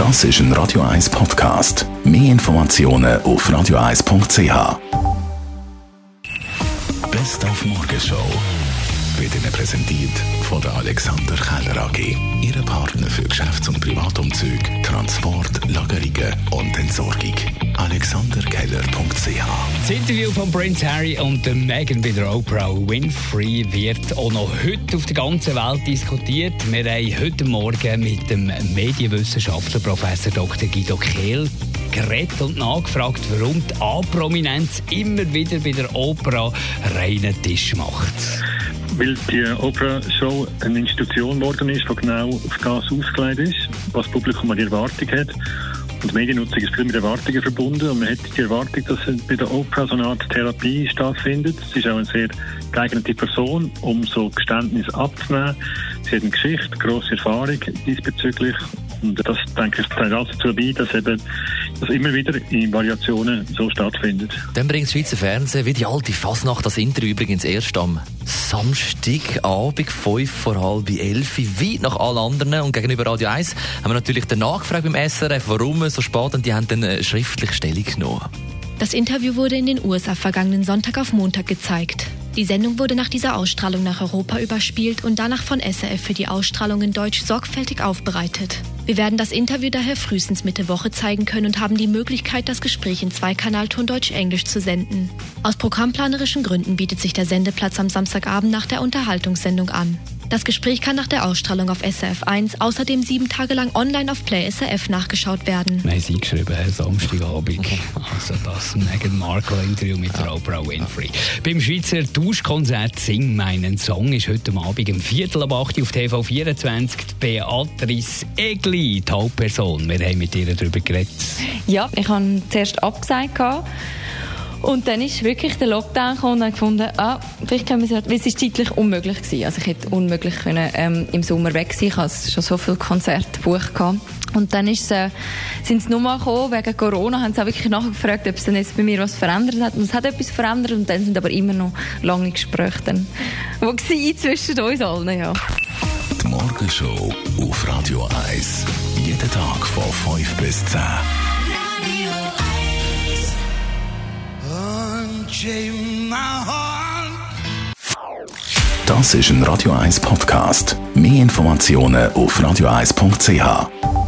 Das ist ein Radio 1 Podcast. Mehr Informationen auf radio1.ch. Best auf Morgenshow wird Ihnen präsentiert von der Alexander Keller AG. Ihre Partner für Geschäfts- und Privatumzüge, Transport, Lagerungen und Entsorgung. alexanderkeller.ch. Das Interview von Prince Harry und Meghan bei der Oprah Winfrey wird auch noch heute auf der ganzen Welt diskutiert. Wir haben heute Morgen mit dem Medienwissenschaftler Professor Dr. Guido Kehl geredet und nachgefragt, warum die A-Prominenz immer wieder bei der Oprah reinen Tisch macht. Weil die Oprah-Show eine Institution geworden ist, die genau auf das ausgelegt ist, was das Publikum an die Erwartung hat. Und die Mediennutzung ist viel mit Erwartungen verbunden. Und man hat die Erwartung, dass bei der Oprah so eine Art Therapie stattfindet. Sie ist auch eine sehr geeignete Person, um so Geständnisse abzunehmen. Sie hat eine Geschichte, grosse Erfahrung diesbezüglich. Und das, denke ich, trägt alles dazu bei, dass eben das immer wieder in Variationen so stattfindet. Dann bringt das Schweizer Fernsehen wie die alte Fasnacht, das Interview übrigens erst am Samstagabend, 11:05, weit nach allen anderen. Und gegenüber Radio 1 haben wir natürlich danach gefragt beim SRF, warum so spät, und die haben dann schriftlich Stellung genommen. Das Interview wurde in den USA vergangenen Sonntag auf Montag gezeigt. Die Sendung wurde nach dieser Ausstrahlung nach Europa überspielt und danach von SRF für die Ausstrahlung in Deutsch sorgfältig aufbereitet. Wir werden das Interview daher frühestens Mitte Woche zeigen können und haben die Möglichkeit, das Gespräch in Zweikanalton Deutsch-Englisch zu senden. Aus programmplanerischen Gründen bietet sich der Sendeplatz am Samstagabend nach der Unterhaltungssendung an. Das Gespräch kann nach der Ausstrahlung auf SRF 1 außerdem 7 Tage lang online auf Play SRF nachgeschaut werden. Wir haben sie geschrieben, Samstagabend. Also das Meghan Markle-Interview mit der Oprah Winfrey. Beim Schweizer Tauschkonzert «Sing meinen Song» ist heute Abend um 7:45 auf TV 24 die Beatrice Egli, die Hauptperson. Wir haben mit ihr darüber geredet. Ja, ich habe zuerst abgesagt. Und dann ist wirklich der Lockdown gekommen und habe gefunden, vielleicht können wir es, weil es ist zeitlich unmöglich gewesen. Also ich hätte unmöglich können, im Sommer weg sein. Ich hatte schon so viele Konzerte gebucht. Und dann sind sie nur mal gekommen, wegen Corona, haben sie auch wirklich nachgefragt, ob es dann jetzt bei mir was verändert hat. Und es hat etwas verändert und dann sind aber immer noch lange Gespräche dann, die zwischen uns allen, ja. Die Morgenshow auf Radio 1. Jeden Tag von 5 bis 10. Das ist ein Radio 1 Podcast. Mehr Informationen auf radio1.ch.